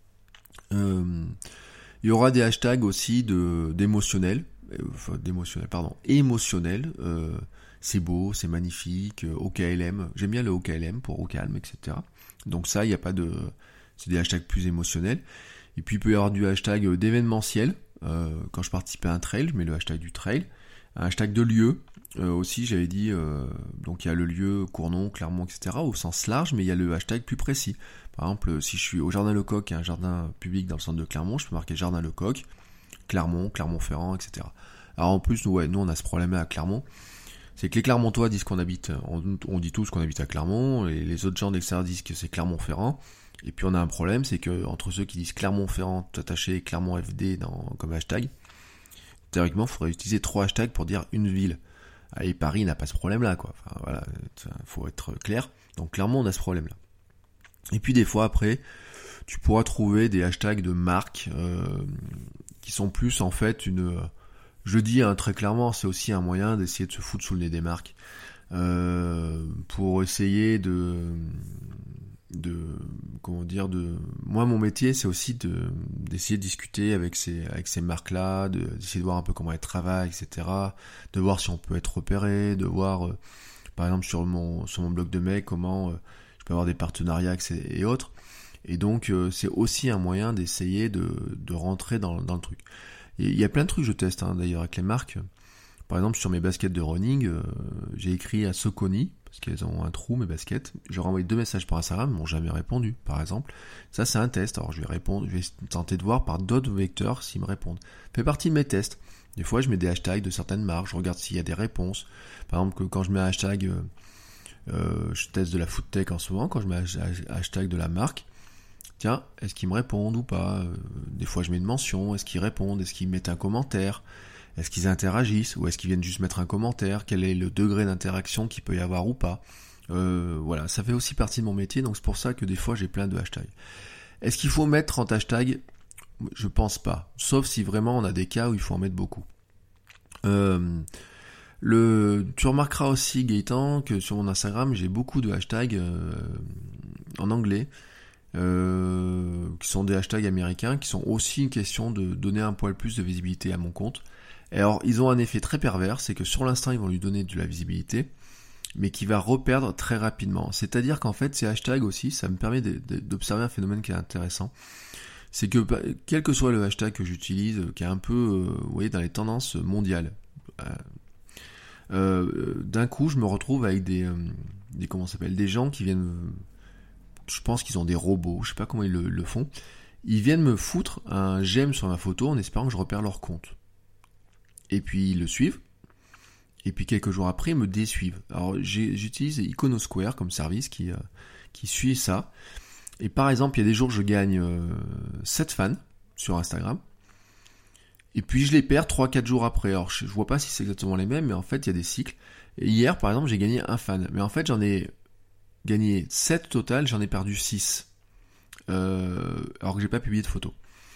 Euh, il y aura des hashtags aussi de d'émotionnel, euh, enfin d'émotionnel, pardon, émotionnel. Euh, c'est beau, c'est magnifique, euh, O K L M, j'aime bien le O K L M pour au calme, et cetera. Donc ça, il n'y a pas de... c'est des hashtags plus émotionnels. Et puis il peut y avoir du hashtag d'événementiel, euh, quand je participe à un trail, je mets le hashtag du trail. Un hashtag de lieu, euh, aussi j'avais dit, euh, donc il y a le lieu Cournon, Clermont, et cetera, au sens large, mais il y a le hashtag plus précis. Par exemple, si je suis au Jardin Lecoq, il y a un jardin public dans le centre de Clermont, je peux marquer Jardin Lecoq, Clermont, Clermont-Ferrand, et cetera. Alors en plus, nous, ouais, nous on a ce problème-là à Clermont, c'est que les Clermontois disent qu'on habite, on, on dit tous qu'on habite à Clermont, et les autres gens d'extérieur disent que c'est Clermont-Ferrand, et puis on a un problème, c'est que entre ceux qui disent Clermont-Ferrand tout attaché et Clermont F D dans, comme hashtag, théoriquement il faudrait utiliser trois hashtags pour dire une ville. Et Paris n'a pas ce problème-là, quoi. Enfin voilà, faut être clair. Donc Clermont on a ce problème-là. Et puis des fois après, tu pourras trouver des hashtags de marques euh, qui sont plus en fait une... Je dis hein, très clairement, c'est aussi un moyen d'essayer de se foutre sous le nez des marques. Euh, pour essayer de de comment dire de moi mon métier c'est aussi de d'essayer de discuter avec ces avec ces marques là, de, d'essayer de voir un peu comment elles travaillent, etc., de voir si on peut être repéré, de voir euh, par exemple sur mon sur mon blog de mail comment euh, je peux avoir des partenariats et autres, et donc euh, c'est aussi un moyen d'essayer de de rentrer dans dans le truc. Et il y a plein de trucs que je teste hein, d'ailleurs avec les marques. Par exemple, sur mes baskets de running, euh, j'ai écrit à Soconi, parce qu'elles ont un trou, mes baskets. J'ai renvoyé deux messages par Instagram, ils m'ont jamais répondu, par exemple. Ça, c'est un test. Alors, je vais répondre, je vais tenter de voir par d'autres vecteurs s'ils me répondent. Ça fait partie de mes tests. Des fois, je mets des hashtags de certaines marques, je regarde s'il y a des réponses. Par exemple, quand je mets un hashtag, euh, euh, je teste de la food tech en ce moment, quand je mets un hashtag de la marque, tiens, est-ce qu'ils me répondent ou pas? Des fois, je mets une mention, est-ce qu'ils répondent? Est-ce qu'ils mettent un commentaire? Est-ce qu'ils interagissent ou est-ce qu'ils viennent juste mettre un commentaire? Quel est le degré d'interaction qu'il peut y avoir ou pas? euh, Voilà, ça fait aussi partie de mon métier, donc c'est pour ça que des fois j'ai plein de hashtags. Est-ce qu'il faut mettre trente hashtags? Je pense pas, sauf si vraiment on a des cas où il faut en mettre beaucoup. Euh, le, tu remarqueras aussi, Gaëtan, que sur mon Instagram j'ai beaucoup de hashtags euh, en anglais. Euh, qui sont des hashtags américains, qui sont aussi une question de donner un poil plus de visibilité à mon compte. Et alors, ils ont un effet très pervers, c'est que sur l'instant, ils vont lui donner de la visibilité, mais qui va reperdre très rapidement. C'est-à-dire qu'en fait, ces hashtags aussi, ça me permet de, de, d'observer un phénomène qui est intéressant. C'est que, quel que soit le hashtag que j'utilise, qui est un peu, euh, vous voyez, dans les tendances mondiales, euh, euh, d'un coup, je me retrouve avec des, euh, des comment ça s'appelle, des gens qui viennent... Je pense qu'ils ont des robots, je sais pas comment ils le, le font. Ils viennent me foutre un j'aime sur ma photo en espérant que je repère leur compte. Et puis ils le suivent. Et puis quelques jours après, ils me désuivent. Alors j'ai, j'utilise Iconosquare comme service qui, euh, qui suit ça. Et par exemple, il y a des jours je gagne euh, sept fans sur Instagram. Et puis je les perds trois quatre jours après. Alors je, je vois pas si c'est exactement les mêmes, mais en fait il y a des cycles. Et hier par exemple, j'ai gagné un fan. Mais en fait j'en ai... gagné sept total, j'en ai perdu six. Euh, alors que j'ai pas publié de photos.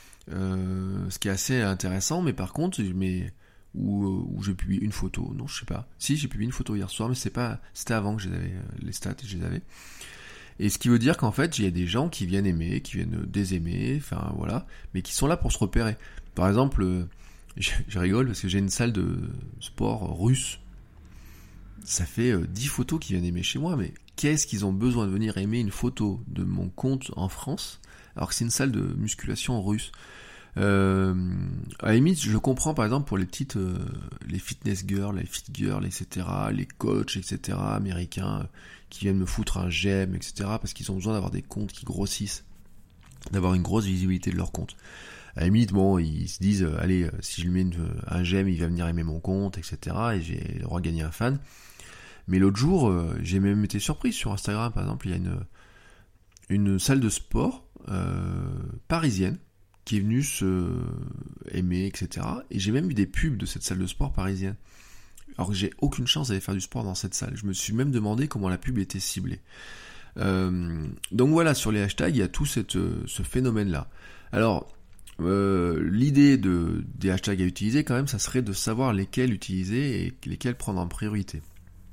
Euh, ce qui est assez intéressant, mais par contre, mais où, où j'ai publié une photo. Non, je sais pas. Si, j'ai publié une photo hier soir, mais c'est pas, c'était avant que je les avais, les stats, je les avais. Et ce qui veut dire qu'en fait, il y a des gens qui viennent aimer, qui viennent désaimer, enfin voilà, mais qui sont là pour se repérer. Par exemple, je, je rigole parce que j'ai une salle de sport russe. Ça fait euh, dix photos qui viennent aimer chez moi, mais qu'est-ce qu'ils ont besoin de venir aimer une photo de mon compte en France, alors que c'est une salle de musculation russe? euh, À la limite, je comprends par exemple pour les petites, euh, les fitness girls, les fit girls, et cetera, les coachs, et cetera, américains, euh, qui viennent me foutre un j'aime, et cetera, parce qu'ils ont besoin d'avoir des comptes qui grossissent, d'avoir une grosse visibilité de leur compte. À la limite, bon, ils se disent, euh, allez, euh, si je lui mets une, un j'aime, il va venir aimer mon compte, et cetera, et j'ai le droit de gagner un fan. Mais l'autre jour, euh, j'ai même été surpris sur Instagram, par exemple, il y a une, une salle de sport euh, parisienne qui est venue se aimer, et cetera. Et j'ai même eu des pubs de cette salle de sport parisienne. Alors que j'ai aucune chance d'aller faire du sport dans cette salle. Je me suis même demandé comment la pub était ciblée. Euh, donc voilà, sur les hashtags, il y a tout cette, ce phénomène-là. Alors, euh, l'idée de, des hashtags à utiliser, quand même, ça serait de savoir lesquels utiliser et lesquels prendre en priorité.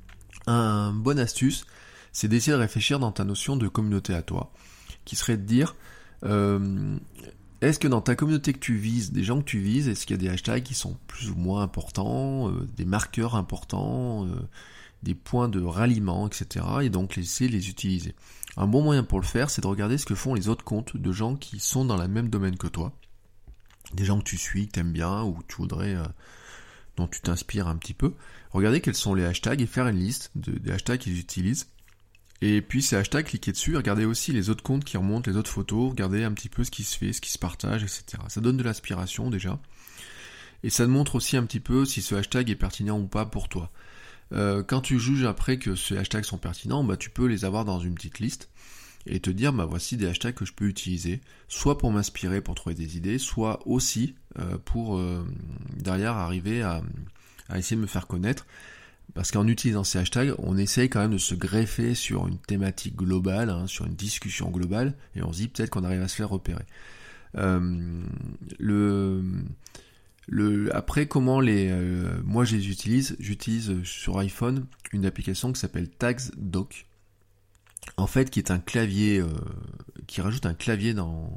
Un bonne astuce, c'est d'essayer de réfléchir dans ta notion de communauté à toi, qui serait de dire, euh, est-ce que dans ta communauté que tu vises, des gens que tu vises, est-ce qu'il y a des hashtags qui sont plus ou moins importants, euh, des marqueurs importants, euh, des points de ralliement, et cetera, et donc laisser les utiliser. Un bon moyen pour le faire, c'est de regarder ce que font les autres comptes de gens qui sont dans le même domaine que toi, des gens que tu suis, que t'aimes bien, ou tu voudrais... Euh, dont tu t'inspires un petit peu, regardez quels sont les hashtags et faire une liste de, des hashtags qu'ils utilisent. Et puis ces hashtags, cliquez dessus, regardez aussi les autres comptes qui remontent, les autres photos, regardez un petit peu ce qui se fait, ce qui se partage, et cetera. Ça donne de l'inspiration déjà. Et ça te montre aussi un petit peu si ce hashtag est pertinent ou pas pour toi. Euh, quand tu juges après que ces hashtags sont pertinents, bah tu peux les avoir dans une petite liste et te dire, bah voici des hashtags que je peux utiliser, soit pour m'inspirer, pour trouver des idées, soit aussi euh, pour euh, derrière arriver à, à essayer de me faire connaître. Parce qu'en utilisant ces hashtags, on essaye quand même de se greffer sur une thématique globale, hein, sur une discussion globale, et on se dit peut-être qu'on arrive à se faire repérer. Euh, le, le, après, comment les, euh, moi je les utilise, j'utilise sur iPhone une application qui s'appelle Tags Doc. en fait, qui est un clavier, euh, qui rajoute un clavier dans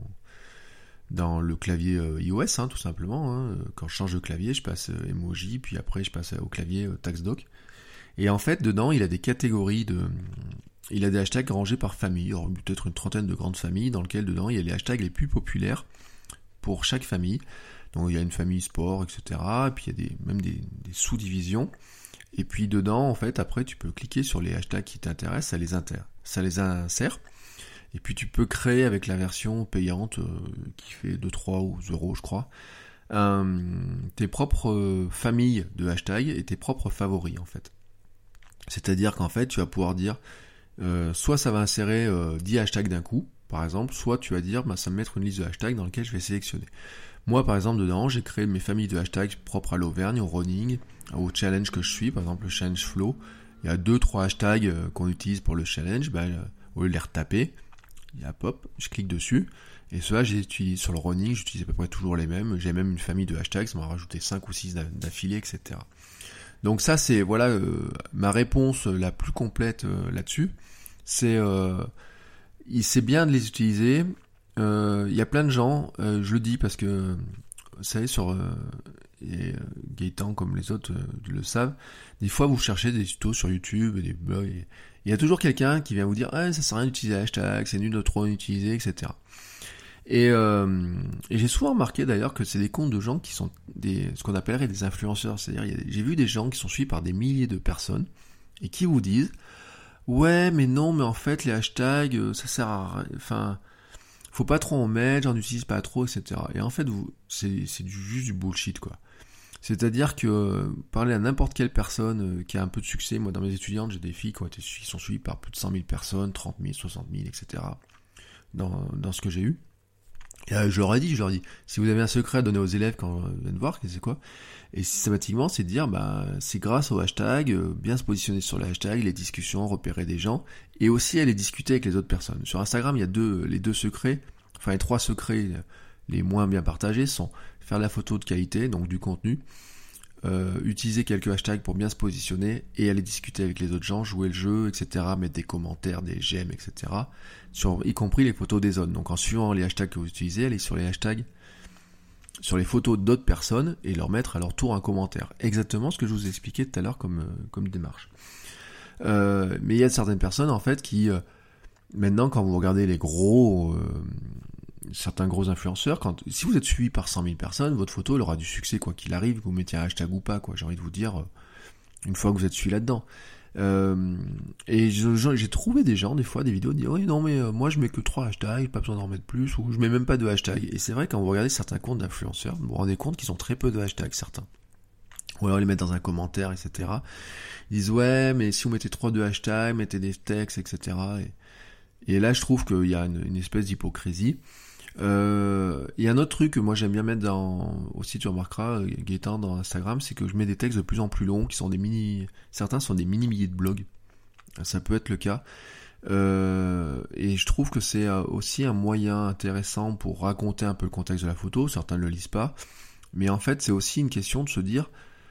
dans le clavier euh, iOS, hein, tout simplement. Hein. Quand je change de clavier, je passe euh, emoji, puis après je passe au clavier euh, TaxDoc. Et en fait, dedans, il a des catégories de, il a des hashtags rangés par famille. Il y aura peut-être une trentaine de grandes familles dans lesquelles dedans il y a les hashtags les plus populaires pour chaque famille. Donc il y a une famille sport, et cetera. Et puis il y a des, même des, des sous-divisions. Et puis dedans, en fait, après, tu peux cliquer sur les hashtags qui t'intéressent, ça les inter, ça les insère. Et puis tu peux créer avec la version payante euh, qui fait deux trois euros, je crois, euh, tes propres euh, familles de hashtags et tes propres favoris, en fait. C'est-à-dire qu'en fait, tu vas pouvoir dire, euh, soit ça va insérer euh, dix hashtags d'un coup, par exemple, soit tu vas dire, bah, ça va me mettre une liste de hashtags dans laquelle je vais sélectionner. Moi, par exemple, dedans, j'ai créé mes familles de hashtags propres à l'Auvergne, au running, au challenge que je suis, par exemple le challenge flow. Il y a deux trois hashtags euh, qu'on utilise pour le challenge, bah, euh, au lieu de les retaper, il y a pop, je clique dessus, et ceux-là, j'utilise sur le running, j'utilise à peu près toujours les mêmes, j'ai même une famille de hashtags, ça m'a rajouté cinq ou six d'affilée, et cetera. Donc ça, c'est voilà euh, ma réponse la plus complète euh, là-dessus. C'est euh, c'est bien de les utiliser. Il euh, y a plein de gens, euh, je le dis parce que vous savez, sur euh, et, euh, Gaëtan comme les autres euh, le savent, des fois vous cherchez des tutos sur YouTube, des blogs, et il y a toujours quelqu'un qui vient vous dire ah, ça sert à rien d'utiliser les hashtags, c'est nul de trop en utiliser, et cetera. Et, euh, et j'ai souvent remarqué d'ailleurs que c'est des comptes de gens qui sont des, ce qu'on appellerait des influenceurs, c'est-à-dire il y a des, j'ai vu des gens qui sont suivis par des milliers de personnes et qui vous disent ouais mais non mais en fait les hashtags ça sert à rien, enfin faut pas trop en mettre, j'en utilise pas trop, et cetera. Et en fait vous c'est c'est du, juste du bullshit quoi. C'est-à-dire que euh, parler à n'importe quelle personne euh, qui a un peu de succès, moi dans mes étudiantes j'ai des filles qui ont été qui sont suivies par plus de cent mille personnes, trente mille, soixante mille, et cetera. Dans dans ce que j'ai eu. Et euh, je leur ai dit, je leur ai dit, si vous avez un secret à donner aux élèves quand ils viennent voir, c'est quoi? Et systématiquement, c'est de dire, bah, c'est grâce au hashtag, euh, bien se positionner sur le hashtag, les discussions, repérer des gens, et aussi aller discuter avec les autres personnes. Sur Instagram, il y a deux, les deux secrets, enfin les trois secrets les moins bien partagés sont faire la photo de qualité, donc du contenu, euh, utiliser quelques hashtags pour bien se positionner et aller discuter avec les autres gens, jouer le jeu, et cetera, mettre des commentaires, des j'aime, et cetera, sur, y compris les photos des autres. Donc en suivant les hashtags que vous utilisez, allez sur les hashtags, sur les photos d'autres personnes et leur mettre à leur tour un commentaire. Exactement ce que je vous ai expliqué tout à l'heure comme, comme démarche. Euh, mais il y a certaines personnes en fait qui, euh, maintenant quand vous regardez les gros... Euh, certains gros influenceurs, quand si vous êtes suivi par cent mille personnes, votre photo elle aura du succès quoi qu'il arrive, que vous mettiez un hashtag ou pas, quoi. J'ai envie de vous dire, une fois que vous êtes suivi là-dedans. Euh, et je, je, j'ai trouvé des gens, des fois, des vidéos, disent oui non mais euh, moi je mets que trois hashtags, pas besoin d'en mettre plus, ou je mets même pas de hashtags. Et c'est vrai quand vous regardez certains comptes d'influenceurs, vous vous rendez compte qu'ils ont très peu de hashtags, certains. Ou alors ils les mettent dans un commentaire, et cetera. Ils disent ouais mais si vous mettez trois de hashtags, mettez des textes, et cetera. Et, et là je trouve qu'il y a une, une espèce d'hypocrisie. Euh, il y a un autre truc que moi j'aime bien mettre dans, aussi tu remarqueras Gaëtan dans Instagram, c'est que je mets des textes de plus en plus longs qui sont des mini, certains sont des mini milliers de blogs, ça peut être le cas, euh, et je trouve que c'est aussi un moyen intéressant pour raconter un peu le contexte de la photo. Certains ne le lisent pas, mais en fait c'est aussi une question de se dire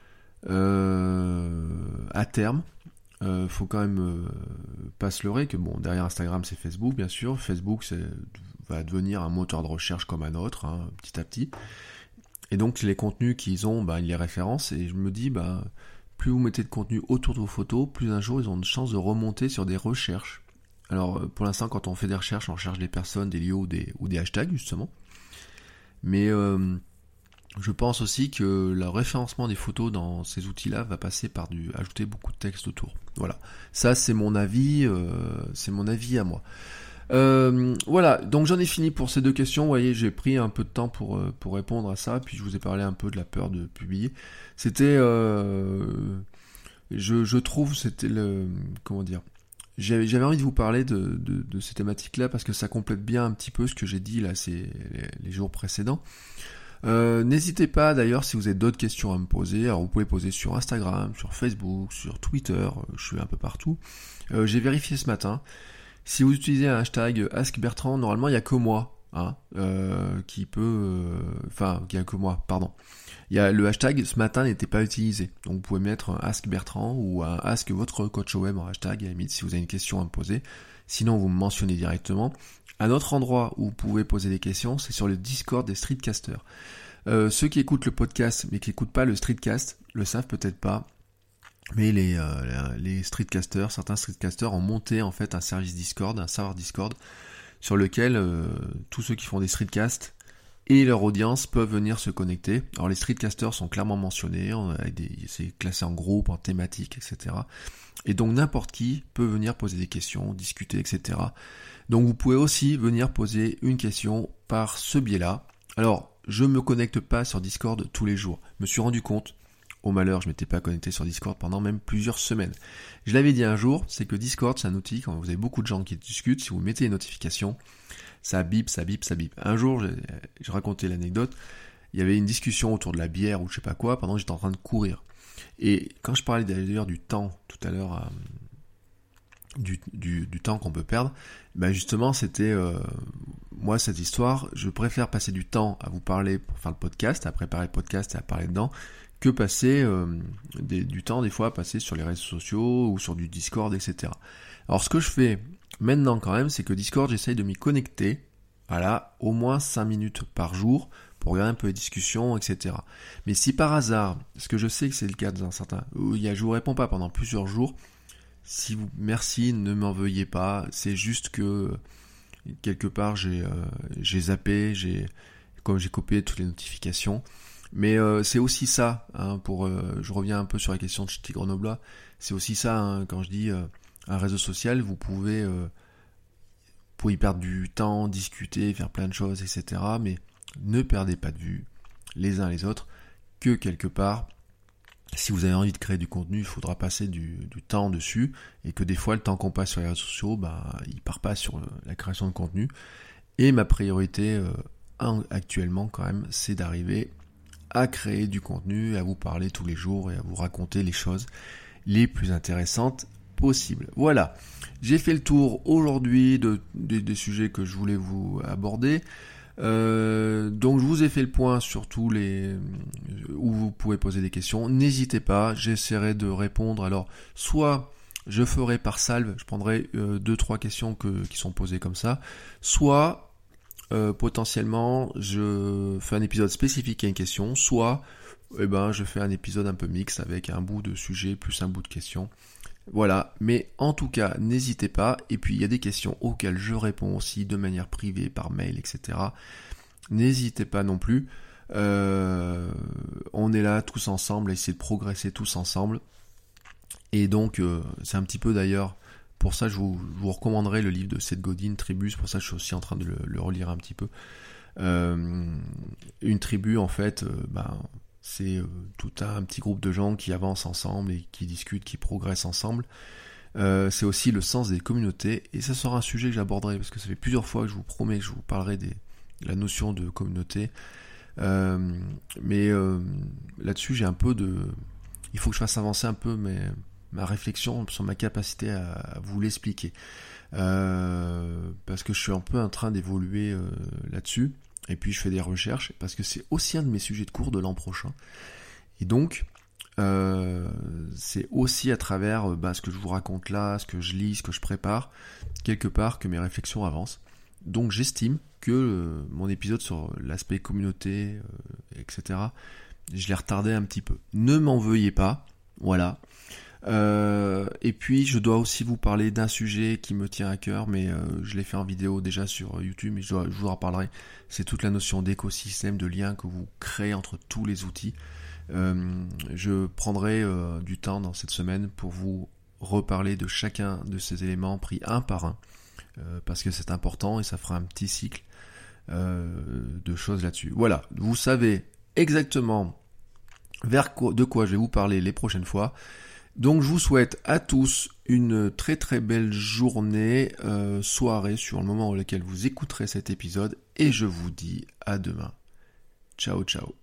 euh, à terme Euh, faut quand même euh, pas se leurrer que bon, derrière Instagram c'est Facebook bien sûr, Facebook c'est, va devenir un moteur de recherche comme un autre, hein, petit à petit, et donc les contenus qu'ils ont, bah, ils les référencent, et je me dis bah, plus vous mettez de contenu autour de vos photos, plus un jour ils ont une chance de remonter sur des recherches. Alors pour l'instant quand on fait des recherches, on recherche des personnes, des lieux ou des, ou des hashtags justement, mais euh, je pense aussi que le référencement des photos dans ces outils-là va passer par du ajouter beaucoup de texte autour. Voilà, ça c'est mon avis, euh, c'est mon avis à moi. Euh, voilà, donc j'en ai fini pour ces deux questions. Vous voyez, j'ai pris un peu de temps pour euh, pour répondre à ça, puis je vous ai parlé un peu de la peur de publier. C'était, euh, je je trouve, c'était le, comment dire. J'avais, j'avais envie de vous parler de, de, de ces thématiques-là parce que ça complète bien un petit peu ce que j'ai dit là ces les, les jours précédents. Euh, n'hésitez pas d'ailleurs si vous avez d'autres questions à me poser, alors vous pouvez poser sur Instagram, sur Facebook, sur Twitter, je suis un peu partout. Euh, j'ai vérifié ce matin, si vous utilisez un hashtag AskBertrand, normalement il n'y a que moi, hein, euh, qui peut, enfin, euh, il n'y a que moi, pardon. Il y a le hashtag ce matin n'était pas utilisé. Donc vous pouvez mettre un Ask Bertrand ou un Ask votre coach web en hashtag à la limite si vous avez une question à me poser. Sinon vous me mentionnez directement. Un autre endroit où vous pouvez poser des questions, c'est sur le Discord des streetcasters. Euh, ceux qui écoutent le podcast mais qui n'écoutent pas le streetcast le savent peut-être pas. Mais les, euh, les streetcasters, certains streetcasters ont monté en fait un service Discord, un serveur Discord, sur lequel euh, tous ceux qui font des streetcasts et leur audience peuvent venir se connecter. Alors les streetcasters sont clairement mentionnés, avec des, c'est classé en groupe, en thématique, et cetera. Et donc n'importe qui peut venir poser des questions, discuter, et cetera. Donc vous pouvez aussi venir poser une question par ce biais-là. Alors, je me connecte pas sur Discord tous les jours. Je me suis rendu compte, au malheur, je m'étais pas connecté sur Discord pendant même plusieurs semaines. Je l'avais dit un jour, c'est que Discord, c'est un outil, quand vous avez beaucoup de gens qui discutent, si vous mettez les notifications, ça bip, ça bip, ça bip. Un jour, j'ai, j'ai raconté l'anecdote, il y avait une discussion autour de la bière ou je sais pas quoi, pendant que j'étais en train de courir. Et quand je parlais d'ailleurs du temps, tout à l'heure, euh, du, du, du temps qu'on peut perdre, ben justement, c'était, euh, moi, cette histoire, je préfère passer du temps à vous parler pour faire le podcast, à préparer le podcast et à parler dedans, que passer euh, des, du temps des fois à passer sur les réseaux sociaux ou sur du Discord, et cetera. Alors ce que je fais maintenant quand même, c'est que Discord, j'essaye de m'y connecter, voilà, au moins cinq minutes par jour pour regarder un peu les discussions, et cetera. Mais si par hasard, parce que je sais que c'est le cas dans certains, où il y a, je vous réponds pas pendant plusieurs jours, si vous, merci, ne m'en veuillez pas, c'est juste que quelque part j'ai, euh, j'ai zappé, j'ai, comme j'ai copié toutes les notifications. Mais euh, c'est aussi ça, hein, pour, euh, je reviens un peu sur la question de Ch'ti Grenoblois, c'est aussi ça, hein, quand je dis euh, un réseau social, vous pouvez, euh, pour y perdre du temps, discuter, faire plein de choses, et cetera. Mais ne perdez pas de vue les uns les autres, que quelque part, si vous avez envie de créer du contenu, il faudra passer du, du temps dessus, et que des fois, le temps qu'on passe sur les réseaux sociaux, bah, il part pas sur la création de contenu. Et ma priorité euh, actuellement, quand même, c'est d'arriver à créer du contenu, à vous parler tous les jours et à vous raconter les choses les plus intéressantes possibles. Voilà, j'ai fait le tour aujourd'hui de, de, des sujets que je voulais vous aborder. Euh, donc je vous ai fait le point sur tous les où vous pouvez poser des questions. N'hésitez pas, j'essaierai de répondre. Alors, soit je ferai par salve, je prendrai euh, deux trois questions que, qui sont posées comme ça, soit Euh, potentiellement je fais un épisode spécifique à une question, soit eh ben, je fais un épisode un peu mix avec un bout de sujet plus un bout de question. Voilà, mais en tout cas, n'hésitez pas, et puis il y a des questions auxquelles je réponds aussi de manière privée, par mail, et cetera. N'hésitez pas non plus, euh, on est là tous ensemble à essayer de progresser tous ensemble, et donc euh, c'est un petit peu d'ailleurs pour ça, je vous, je vous recommanderai le livre de Seth Godin, Tribus, pour ça je suis aussi en train de le, le relire un petit peu. Euh, une tribu, en fait, euh, ben, c'est euh, tout un petit groupe de gens qui avancent ensemble et qui discutent, qui progressent ensemble. Euh, c'est aussi le sens des communautés, et ça sera un sujet que j'aborderai, parce que ça fait plusieurs fois que je vous promets que je vous parlerai des, de la notion de communauté. Euh, mais euh, là-dessus, j'ai un peu de... Il faut que je fasse avancer un peu mes... ma réflexion sur ma capacité à, à vous l'expliquer. Euh, parce que je suis un peu en train d'évoluer euh, là-dessus, et puis je fais des recherches, parce que c'est aussi un de mes sujets de cours de l'an prochain. Et donc, euh, c'est aussi à travers bah, ce que je vous raconte là, ce que je lis, ce que je prépare, quelque part que mes réflexions avancent. Donc j'estime que euh, mon épisode sur l'aspect communauté, euh, et cetera, je l'ai retardé un petit peu. Ne m'en veuillez pas, voilà. Euh, et puis je dois aussi vous parler d'un sujet qui me tient à cœur, mais euh, je l'ai fait en vidéo déjà sur YouTube, et je, dois, je vous en reparlerai. C'est toute la notion d'écosystème, de lien que vous créez entre tous les outils. Euh, je prendrai euh, du temps dans cette semaine pour vous reparler de chacun de ces éléments pris un par un, euh, parce que c'est important, et ça fera un petit cycle euh, de choses là-dessus. Voilà, vous savez exactement vers quoi, de quoi je vais vous parler les prochaines fois. Donc je vous souhaite à tous une très très belle journée, euh, soirée, sur le moment auquel vous écouterez cet épisode, et je vous dis à demain. Ciao ciao.